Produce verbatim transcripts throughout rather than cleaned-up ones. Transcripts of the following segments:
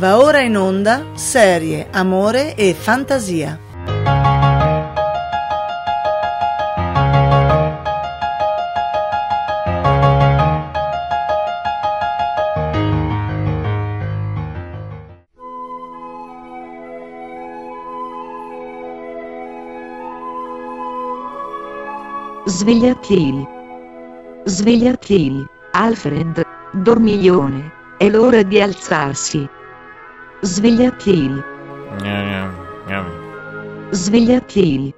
Va ora in onda Serie, amore e fantasia. Svegliati. Svegliati, Alfred, dormiglione, è l'ora di alzarsi. Svegliati. Svegliati.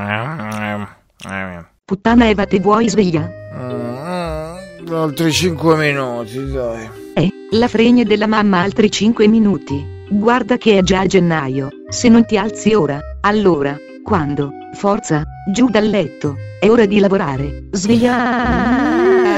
Puttana Eva, te vuoi sveglia? Mm, altri cinque minuti, dai. Eh, la fregna della mamma altri cinque minuti. Guarda che è già gennaio, se non ti alzi ora, allora, quando? Forza, giù dal letto, è ora di lavorare. Sveglia.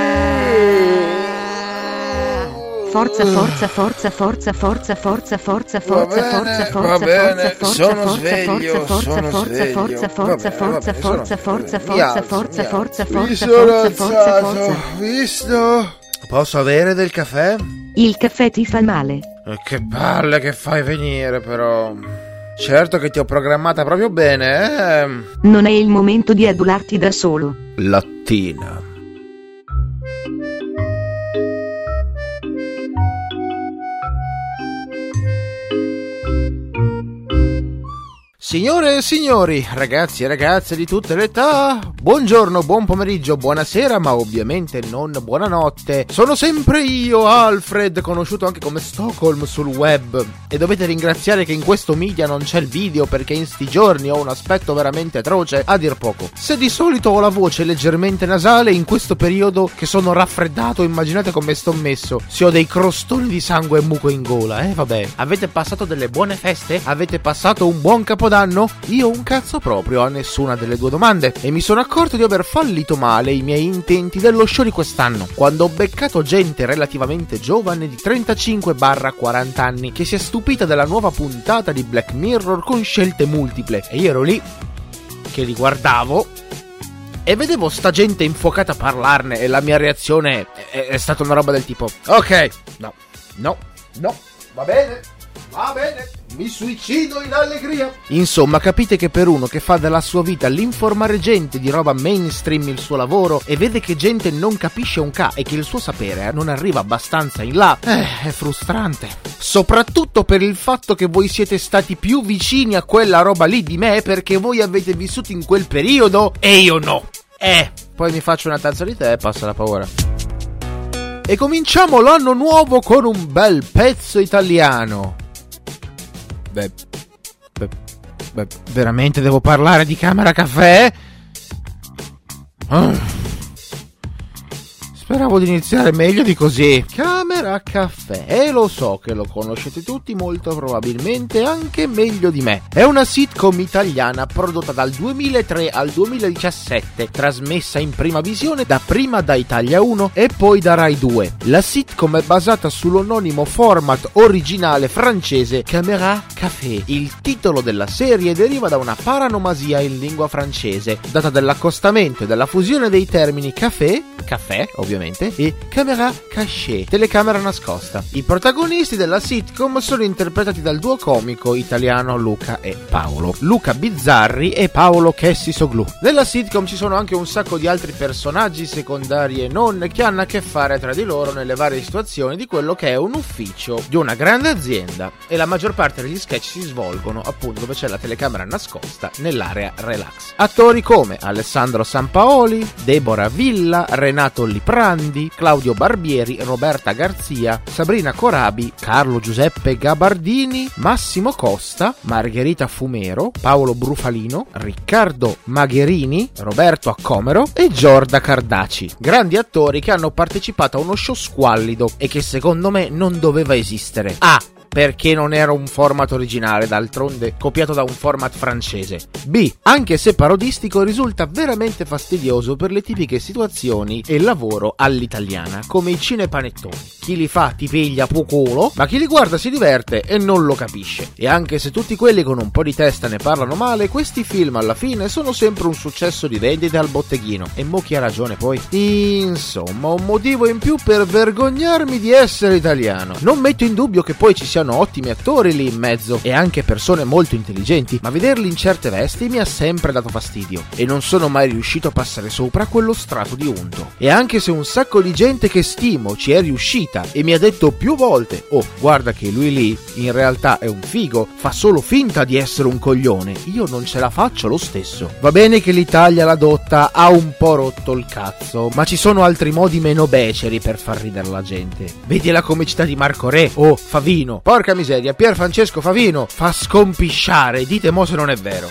Forza, forza, forza, forza, forza, forza, forza, forza, forza, forza, forza, sono forza, sveglio, forza, sono forza, sveglio. forza, forza, forza, forza, forza, forza, forza, forza, Mi forza, sono forza, forza, forza. visto? Posso avere del caffè? Il caffè ti fa male. E che palle che fai venire, però. Certo che ti ho programmata proprio bene, eh? Non è il momento di adularti da solo. Lattina. Signore e signori, ragazzi e ragazze di tutte le età, buongiorno, buon pomeriggio, buonasera, ma ovviamente non buonanotte. Sono sempre io, Alfred, conosciuto anche come Stockholm sul web, e dovete ringraziare che in questo media non c'è il video perché in sti giorni ho un aspetto veramente atroce, a dir poco. Se di solito ho la voce leggermente nasale, in questo periodo che sono raffreddato, immaginate come sto messo. Se ho dei crostoni di sangue e muco in gola, eh vabbè. Avete passato delle buone feste? Avete passato un buon capodanno? Io un cazzo proprio a nessuna delle due domande, e mi sono accorto di aver fallito male i miei intenti dello show di quest'anno, quando ho beccato gente relativamente giovane di trentacinque quaranta anni che si è stupita della nuova puntata di Black Mirror con scelte multiple, e io ero lì che li guardavo e vedevo sta gente infuocata a parlarne, e la mia reazione è, è stata una roba del tipo: ok, no, no, no, va bene, va bene, mi suicido in allegria. Insomma, capite che per uno che fa della sua vita l'informare gente di roba mainstream il suo lavoro, e vede che gente non capisce un ca e che il suo sapere non arriva abbastanza in là, eh, è frustrante. Soprattutto per il fatto che voi siete stati più vicini a quella roba lì di me, perché voi avete vissuto in quel periodo e io no. Eh, poi mi faccio una tazza di tè e passa la paura. E cominciamo l'anno nuovo con un bel pezzo italiano. Beh, beh, beh, veramente devo parlare di Camera Caffè? Oh. Speravo di iniziare meglio di così. Camera Caffè, e lo so che lo conoscete tutti molto probabilmente anche meglio di me. È una sitcom italiana prodotta dal duemilatré al duemiladiciassette, trasmessa in prima visione dapprima da Italia uno e poi da Rai due. La sitcom è basata sull'omonimo format originale francese Camera Caffè. Il titolo della serie deriva da una paranomasia in lingua francese, data dall'accostamento e dalla fusione dei termini café, caffè ovviamente, e camera cachée, telecamera nascosta. I protagonisti della sitcom sono interpretati dal duo comico italiano Luca e Paolo, Luca Bizzarri e Paolo Chessisoglu. Nella sitcom ci sono anche un sacco di altri personaggi secondari e non, che hanno a che fare tra di loro nelle varie situazioni di quello che è un ufficio di una grande azienda, e la maggior parte degli sketch si svolgono appunto dove c'è la telecamera nascosta, nell'area relax. Attori come Alessandro Sampaoli, Deborah Villa, Renato Liprandi, Claudio Barbieri, Roberta Garzia, Sabrina Corabi, Carlo Giuseppe Gabardini, Massimo Costa, Margherita Fumero, Paolo Brufalino, Riccardo Magherini, Roberto Accomero e Giorda Cardaci. Grandi attori che hanno partecipato a uno show squallido e che secondo me non doveva esistere. Ah! Perché non era un format originale, d'altronde copiato da un format francese. B. Anche se parodistico, risulta veramente fastidioso per le tipiche situazioni e lavoro all'italiana, come i cinepanettoni. Chi li fa ti piglia pu culo, ma chi li guarda si diverte e non lo capisce. E anche se tutti quelli con un po' di testa ne parlano male, questi film alla fine sono sempre un successo di vendite al botteghino. E mo chi ha ragione poi? Insomma, un motivo in più per vergognarmi di essere italiano. Non metto in dubbio che poi ci sia c'hanno ottimi attori lì in mezzo e anche persone molto intelligenti, ma vederli in certe vesti mi ha sempre dato fastidio e non sono mai riuscito a passare sopra quello strato di unto. E anche se un sacco di gente che stimo ci è riuscita e mi ha detto più volte: oh, guarda che lui lì in realtà è un figo, fa solo finta di essere un coglione, io non ce la faccio lo stesso. Va bene che l'Italia la dotta ha un po' rotto il cazzo, ma ci sono altri modi meno beceri per far ridere la gente. Vedi la comicità di Marco Re o Favino. Porca miseria, Pier Francesco Favino fa scompisciare, dite mo se non è vero.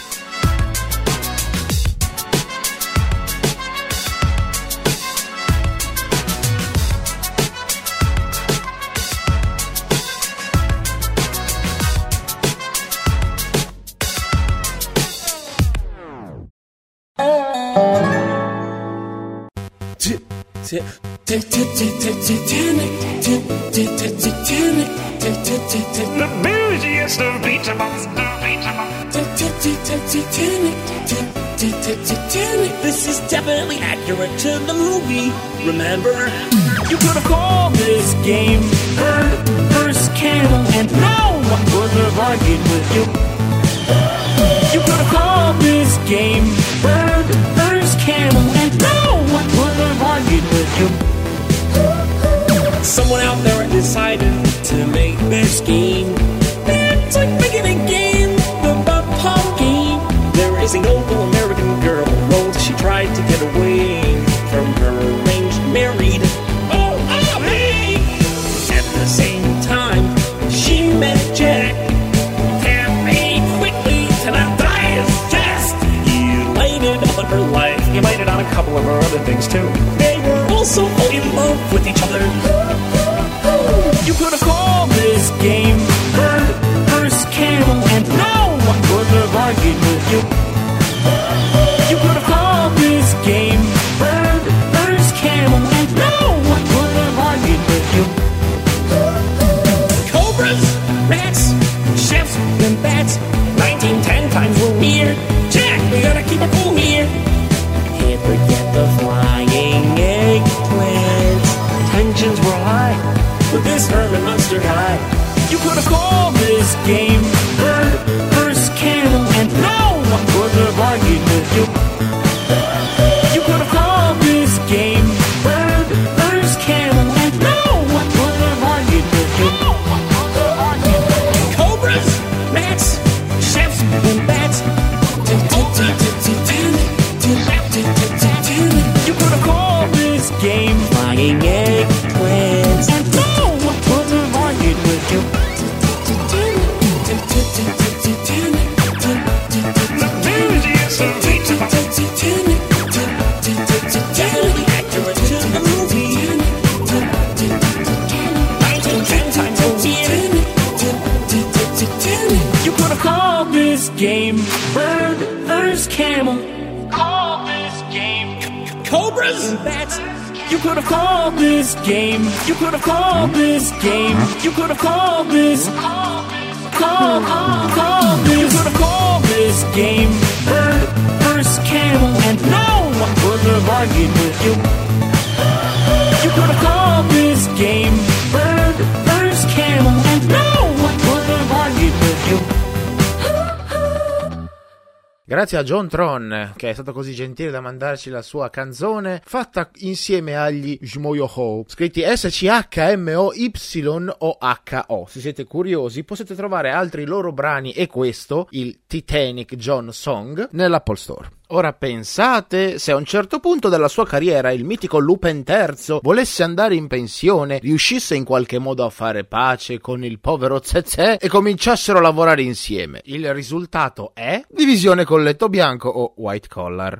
The bougiest of beach bombs. This is definitely accurate to the movie. Remember, you could have called this game Bird versus Camel, and no one would have argued with you. You could have called this game Bird versus Camel, and no one would have argued with you. Someone out there decided to make this game. It's like making a game about pumpkin. There is a noble American girl who wrote she tried to get away from her arranged married. Oh, oh, hey! At the same time, she met Jack. Can't be quickly to not die as fast. He laid it on her life. He laid it on a couple of her other things too. They were also in love with each other. You could have called this game Bird versus Camel, and no one would have argued with you. You could have called this game Bird versus Camel, and no one would have argued with you. Cobras, rats, chefs, and bats. Nineteen ten times we're here. Jack, we gotta keep our cool here. Can't forget the flying eggplants. Tensions were high with this Herman Munster guy. You could have called this game Bird versus Camel, and no one would have argued with you. You could have called this game Bird versus Camel, and no one would have argued with you. Cobras, rats, chefs, and bats. You could have called this game Flying Eggplants, and no one would have argued with you. The bougiest of beach bombs. Definitely accurate to the movie. Nineteen ten times a year. You could have called this game Bird versus Camel. Call this game Cobras and Bats. You could have called this game. You could have called this game. You could have called this. Call, call, call this. You could have called this game Bird versus Camel, and no one would have argued with you. You could have called this game Bird versus Camel, and no one would have argued with you. Grazie a John Tron, che è stato così gentile da mandarci la sua canzone fatta insieme agli Shmoyoho, scritti S C H M O Y O H O. Se siete curiosi potete trovare altri loro brani e questo, il Titanic John Song, nell'Apple Store. Ora pensate, se a un certo punto della sua carriera il mitico Lupin terzo volesse andare in pensione, riuscisse in qualche modo a fare pace con il povero Zezé e cominciassero a lavorare insieme. Il risultato è Divisione Colletto Bianco o White Collar.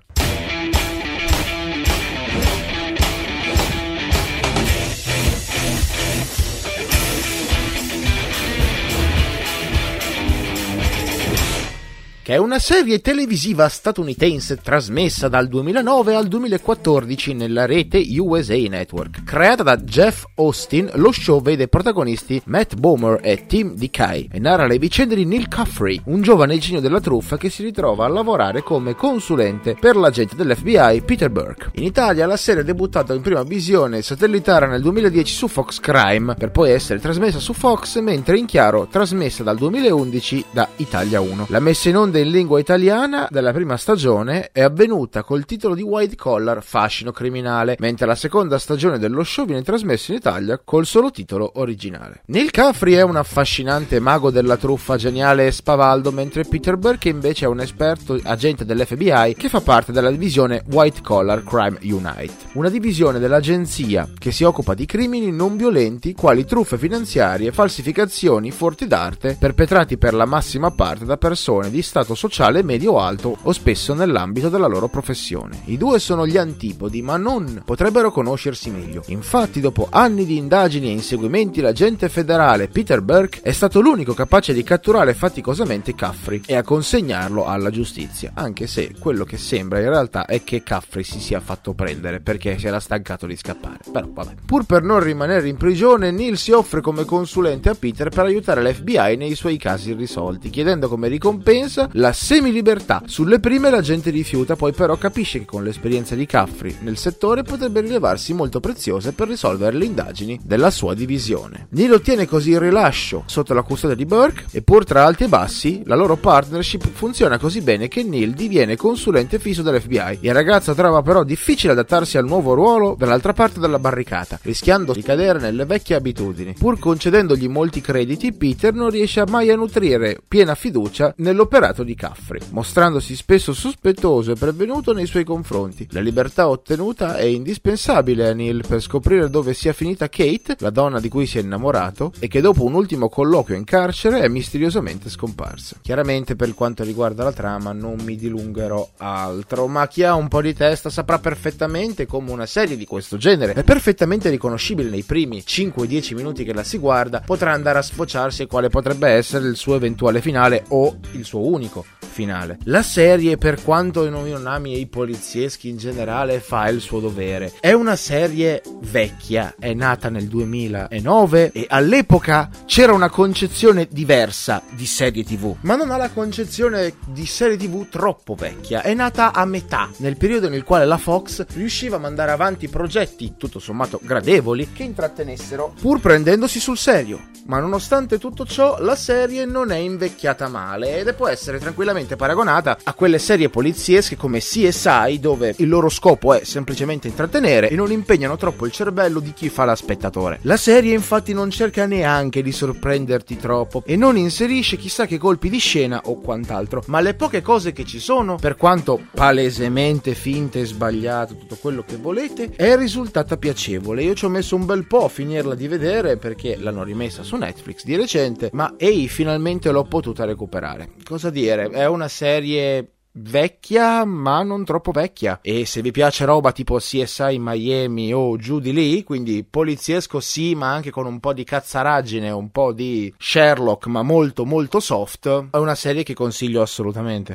che è una serie televisiva statunitense trasmessa dal duemilanove al duemilaquattordici nella rete U S A Network. Creata da Jeff Austin, lo show vede protagonisti Matt Bomer e Tim DeKay e narra le vicende di Neil Caffrey, un giovane genio della truffa che si ritrova a lavorare come consulente per l'agente dell'F B I Peter Burke. In Italia la serie è debuttata in prima visione satellitare nel duemiladieci su Fox Crime, per poi essere trasmessa su Fox, mentre in chiaro trasmessa dal duemilaundici da Italia uno. La messa in onda in lingua italiana della prima stagione è avvenuta col titolo di White Collar Fascino Criminale, mentre la seconda stagione dello show viene trasmessa in Italia col solo titolo originale. Neil Caffrey è un affascinante mago della truffa geniale e spavaldo, mentre Peter Burke invece è un esperto agente dell'F B I che fa parte della divisione White Collar Crime Unit, una divisione dell'agenzia che si occupa di crimini non violenti quali truffe finanziarie, falsificazioni, furti d'arte perpetrati per la massima parte da persone di stato sociale medio-alto o spesso nell'ambito della loro professione. I due sono gli antipodi, ma non potrebbero conoscersi meglio. Infatti, dopo anni di indagini e inseguimenti, l'agente federale Peter Burke è stato l'unico capace di catturare faticosamente Caffrey e a consegnarlo alla giustizia, anche se quello che sembra in realtà è che Caffrey si sia fatto prendere perché si era stancato di scappare. Però vabbè. Pur per non rimanere in prigione, Neil si offre come consulente a Peter per aiutare l'F B I nei suoi casi irrisolti, chiedendo come ricompensa la semilibertà. Sulle prime l'agente rifiuta, poi però capisce che con l'esperienza di Caffrey nel settore potrebbe rilevarsi molto preziosa per risolvere le indagini della sua divisione. Neil ottiene così il rilascio sotto la custodia di Burke e pur tra alti e bassi la loro partnership funziona così bene che Neil diviene consulente fisso dell'F B I. Il ragazzo trova però difficile adattarsi al nuovo ruolo dall'altra parte della barricata, rischiando di cadere nelle vecchie abitudini. Pur concedendogli molti crediti, Peter non riesce mai a nutrire piena fiducia nell'operato di Caffrey, mostrandosi spesso sospettoso e prevenuto nei suoi confronti. La libertà ottenuta è indispensabile a Neil per scoprire dove sia finita Kate, la donna di cui si è innamorato e che dopo un ultimo colloquio in carcere è misteriosamente scomparsa. Chiaramente per quanto riguarda la trama non mi dilungherò altro, ma chi ha un po' di testa saprà perfettamente come una serie di questo genere è perfettamente riconoscibile nei primi cinque dieci minuti che la si guarda, potrà andare a sfociarsi quale potrebbe essere il suo eventuale finale o il suo unico finale. La serie, per quanto non ami i polizieschi in generale, fa il suo dovere. È una serie vecchia, è nata nel duemilanove e all'epoca c'era una concezione diversa di serie tv, ma non ha la concezione di serie tv troppo vecchia. È nata a metà, nel periodo nel quale la Fox riusciva a mandare avanti progetti tutto sommato gradevoli che intrattenessero pur prendendosi sul serio. Ma nonostante tutto ciò la serie non è invecchiata male ed può essere tranquillamente paragonata a quelle serie poliziesche come C S I, dove il loro scopo è semplicemente intrattenere e non impegnano troppo il cervello di chi fa la spettatore. La serie infatti non cerca neanche di sorprenderti troppo e non inserisce chissà che colpi di scena o quant'altro, ma le poche cose che ci sono, per quanto palesemente finte e sbagliate, tutto quello che volete, è risultata piacevole. Io ci ho messo un bel po' a finirla di vedere perché l'hanno rimessa su Netflix di recente, ma ehi, finalmente l'ho potuta recuperare. Cosa dire, è una serie vecchia ma non troppo vecchia, e se vi piace roba tipo C S I Miami o giù di lì, quindi poliziesco sì ma anche con un po' di cazzaraggine, un po' di Sherlock ma molto molto soft, è una serie che consiglio assolutamente.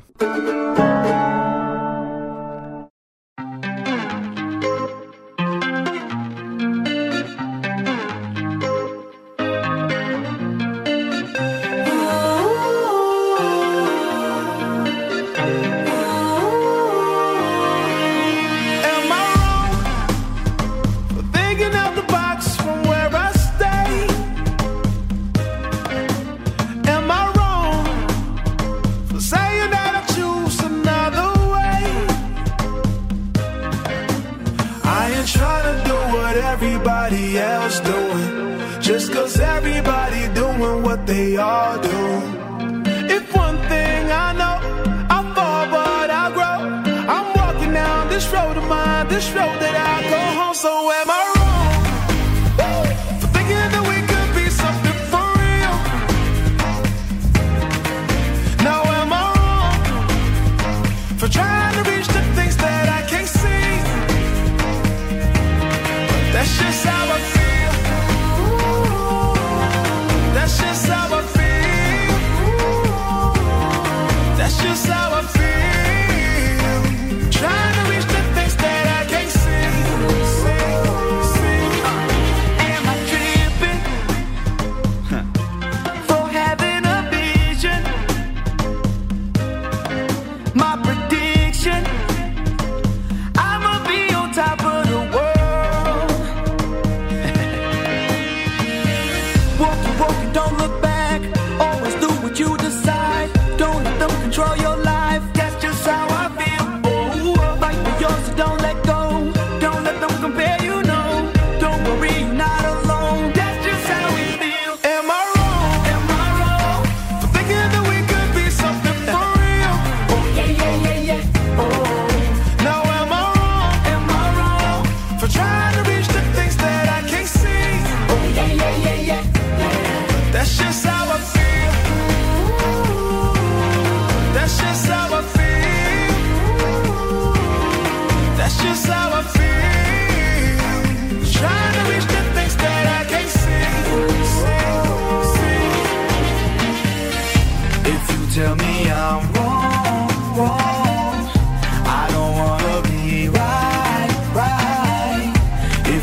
Saying that I choose another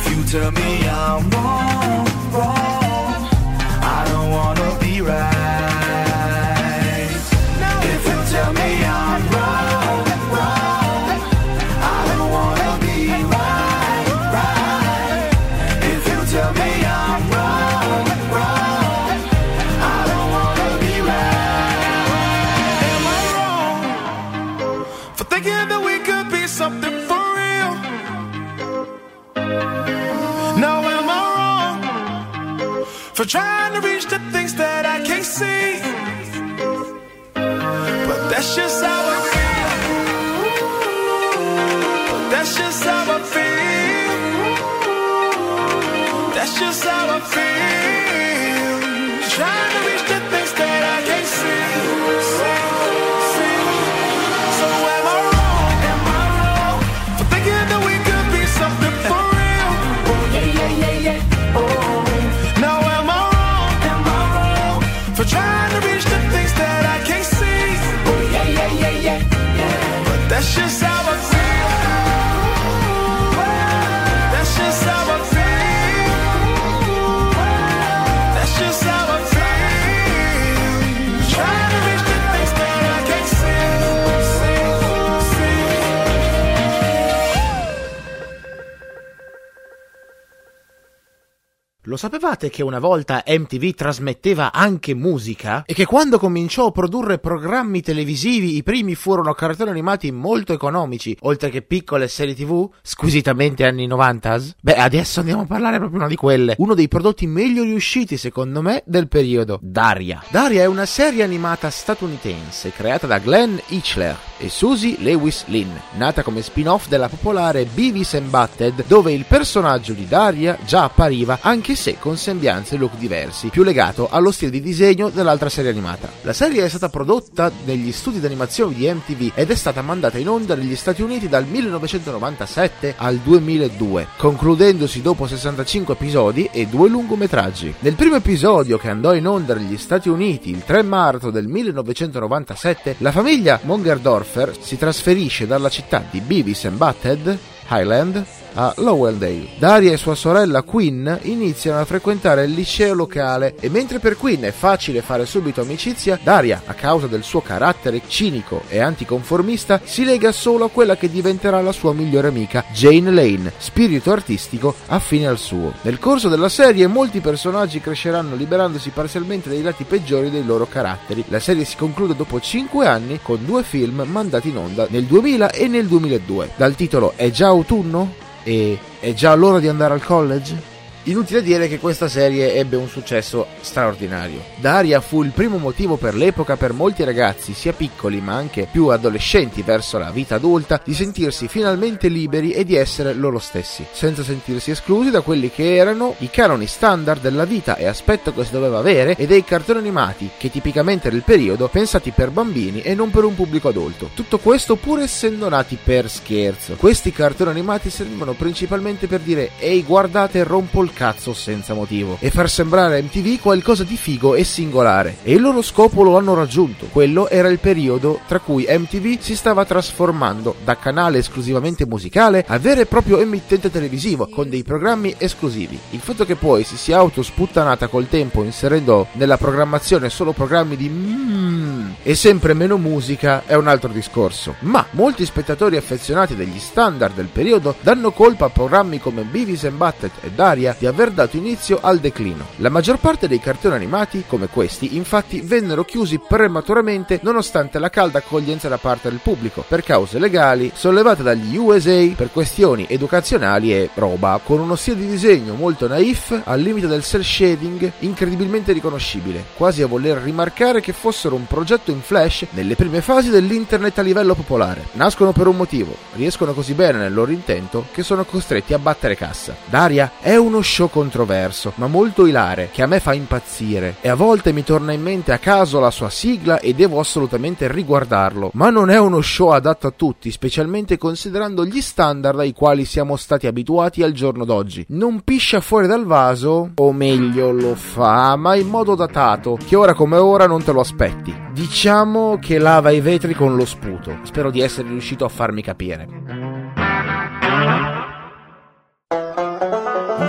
If you tell me I'm wrong, wrong, I don't wanna be right. If you tell me I'm wrong, wrong, I don't wanna be right, right. If you tell me I'm wrong, wrong, I don't wanna be right. Am I wrong for thinking that we could be something for real? Now am I wrong for trying to reach the things that I can't see? But that's just how I feel. But that's just how I feel. That's just how I feel. Trying to reach the things that I can't see. see, see. So am I wrong? Am I wrong for thinking that we could be something for real? Oh yeah, yeah, yeah, yeah. Oh. Now am I wrong? Am I wrong for trying to reach the things that I can't see? Oh yeah, yeah, yeah, yeah, yeah. But that's just how I feel. That's just how I feel. That's just how I feel. Trying to reach the things that I can't see. See, see. Lo sapevate che una volta M T V trasmetteva anche musica? E che quando cominciò a produrre programmi televisivi i primi furono cartoni animati molto economici, oltre che piccole serie tv, squisitamente anni novanta? Beh, adesso andiamo a parlare proprio una di quelle. Uno dei prodotti meglio riusciti, secondo me, del periodo. Daria. Daria è una serie animata statunitense creata da Glenn Eichler e Susie Lewis Lynn, nata come spin-off della popolare Beavis and Butthead, dove il personaggio di Daria già appariva, anche se con sembianze e look diversi, più legato allo stile di disegno dell'altra serie animata. La serie è stata prodotta negli studi d'animazione di M T V ed è stata mandata in onda negli Stati Uniti dal millenovecentonovantasette al duemiladue, concludendosi dopo sessantacinque episodi e due lungometraggi. Nel primo episodio, che andò in onda negli Stati Uniti il tre marzo del millenovecentonovantasette, la famiglia Mongerdorfer si trasferisce dalla città di Beavis and Butthead, Highland, a Lowendale. Daria e sua sorella Quinn iniziano a frequentare il liceo locale e mentre per Quinn è facile fare subito amicizia, Daria, a causa del suo carattere cinico e anticonformista, si lega solo a quella che diventerà la sua migliore amica, Jane Lane, spirito artistico affine al suo. Nel corso della serie molti personaggi cresceranno liberandosi parzialmente dai lati peggiori dei loro caratteri. La serie si conclude dopo cinque anni con due film mandati in onda nel duemila e nel duemiladue, dal titolo È già autunno? E è già l'ora di andare al college? Inutile dire che questa serie ebbe un successo straordinario. Daria fu il primo motivo per l'epoca per molti ragazzi, sia piccoli ma anche più adolescenti verso la vita adulta, di sentirsi finalmente liberi e di essere loro stessi, senza sentirsi esclusi da quelli che erano i canoni standard della vita e aspetto che si doveva avere e dei cartoni animati che tipicamente del periodo pensati per bambini e non per un pubblico adulto. Tutto questo pur essendo nati per scherzo. Questi cartoni animati servivano principalmente per dire ehi guardate, rompo il cazzo senza motivo e far sembrare M T V qualcosa di figo e singolare, e il loro scopo lo hanno raggiunto. Quello era il periodo tra cui M T V si stava trasformando da canale esclusivamente musicale a vero e proprio emittente televisivo con dei programmi esclusivi. Il fatto che poi si sia autosputtanata col tempo inserendo nella programmazione solo programmi di mmm e sempre meno musica è un altro discorso, ma molti spettatori affezionati degli standard del periodo danno colpa a programmi come Beavis and Butthead e Daria di aver dato inizio al declino. La maggior parte dei cartoni animati, come questi, infatti vennero chiusi prematuramente nonostante la calda accoglienza da parte del pubblico, per cause legali sollevate dagli U S A per questioni educazionali e roba, con uno stile di disegno molto naif, al limite del cel shading incredibilmente riconoscibile, quasi a voler rimarcare che fossero un progetto in flash nelle prime fasi dell'internet a livello popolare. Nascono per un motivo, riescono così bene nel loro intento che sono costretti a battere cassa. Daria è uno show controverso, ma molto ilare, che a me fa impazzire, e a volte mi torna in mente a caso la sua sigla e devo assolutamente riguardarlo, ma non è uno show adatto a tutti, specialmente considerando gli standard ai quali siamo stati abituati al giorno d'oggi. Non piscia fuori dal vaso, o meglio lo fa, ma in modo datato, che ora come ora non te lo aspetti. Diciamo che lava i vetri con lo sputo. Spero di essere riuscito a farmi capire.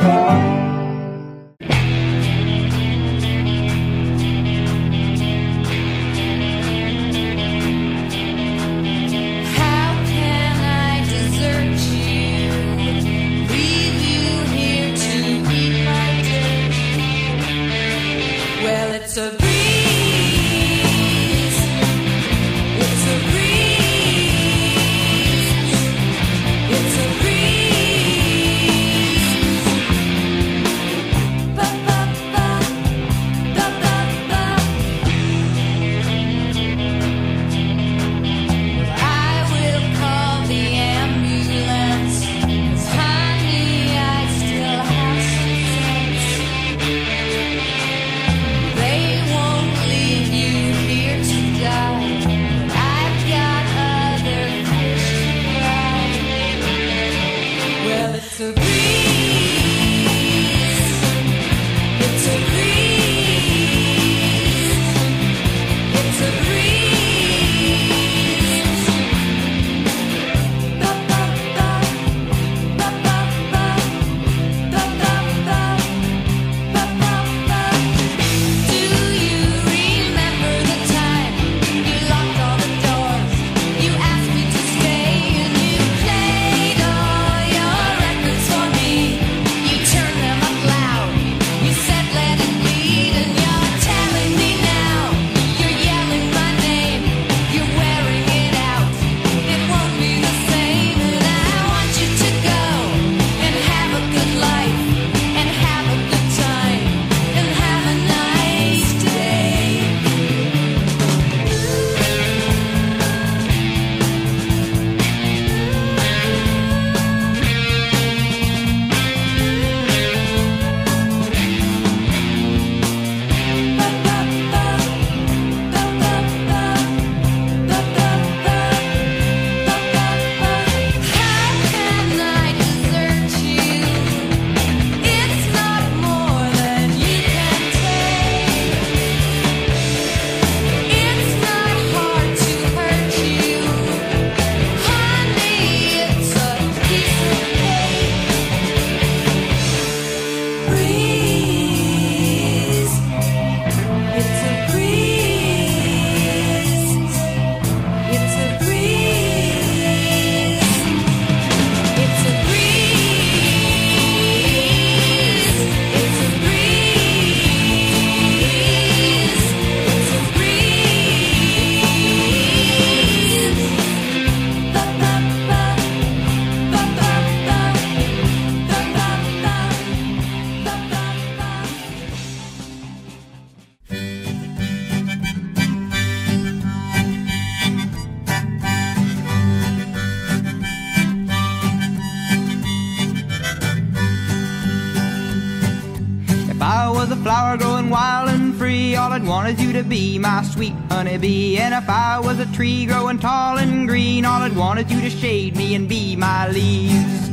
was a flower growing wild and free, all I'd want is you to be my sweet honeybee. And if I was a tree growing tall and green, all I'd want is you to shade me and be my leaves.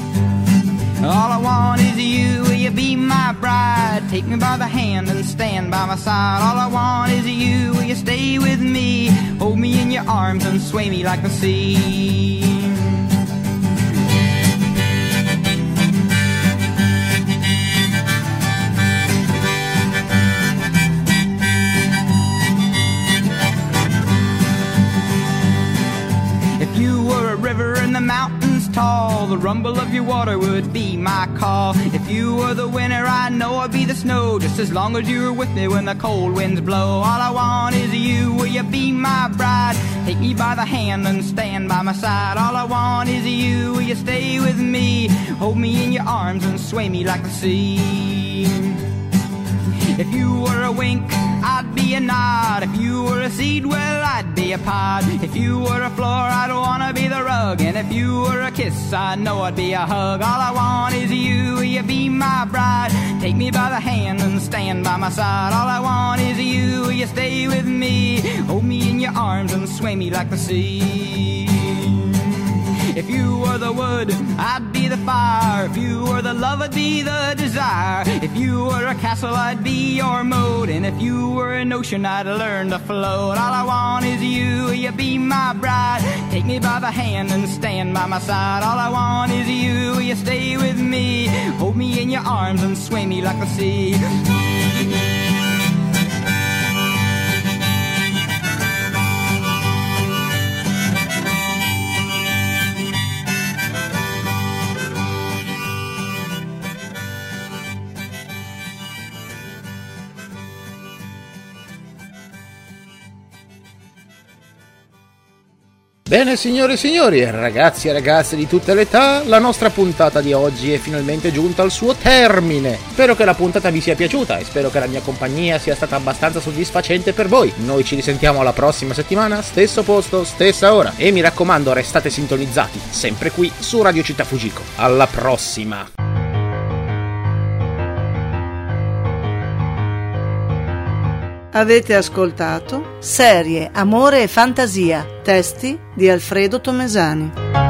All I want is you, will you be my bride? Take me by the hand and stand by my side. All I want is you, will you stay with me? Hold me in your arms and sway me like the sea. If you were a river in the mountains tall, the rumble of your water would be my call. If you were the winter, I know I'd be the snow, just as long as you were with me when the cold winds blow. All I want is you, will you be my bride? Take me by the hand and stand by my side. All I want is you, will you stay with me? Hold me in your arms and sway me like the sea. If you were a wink, I'd be a nod. If you were a seed, well, I'd be a pod. If you were a floor, I'd wanna be the rug. And if you were a kiss, I know I'd be a hug. All I want is you, will you be my bride? Take me by the hand and stand by my side. All I want is you, will you stay with me? Hold me in your arms and sway me like the sea. If you were the wood, I'd be the fire. If you were the love, I'd be the desire. If you were a castle, I'd be your moat. And if you were an ocean, I'd learn to float. All I want is you, will you be my bride? Take me by the hand and stand by my side. All I want is you, will you stay with me? Hold me in your arms and sway me like the sea. Bene signore e signori, ragazzi e ragazze di tutte le età, la nostra puntata di oggi è finalmente giunta al suo termine. Spero che la puntata vi sia piaciuta e spero che la mia compagnia sia stata abbastanza soddisfacente per voi. Noi ci risentiamo la prossima settimana, stesso posto, stessa ora. E mi raccomando, restate sintonizzati, sempre qui su Radio Città Fujiko. Alla prossima! Avete ascoltato Serie, amore e fantasia, testi di Alfredo Tomesani.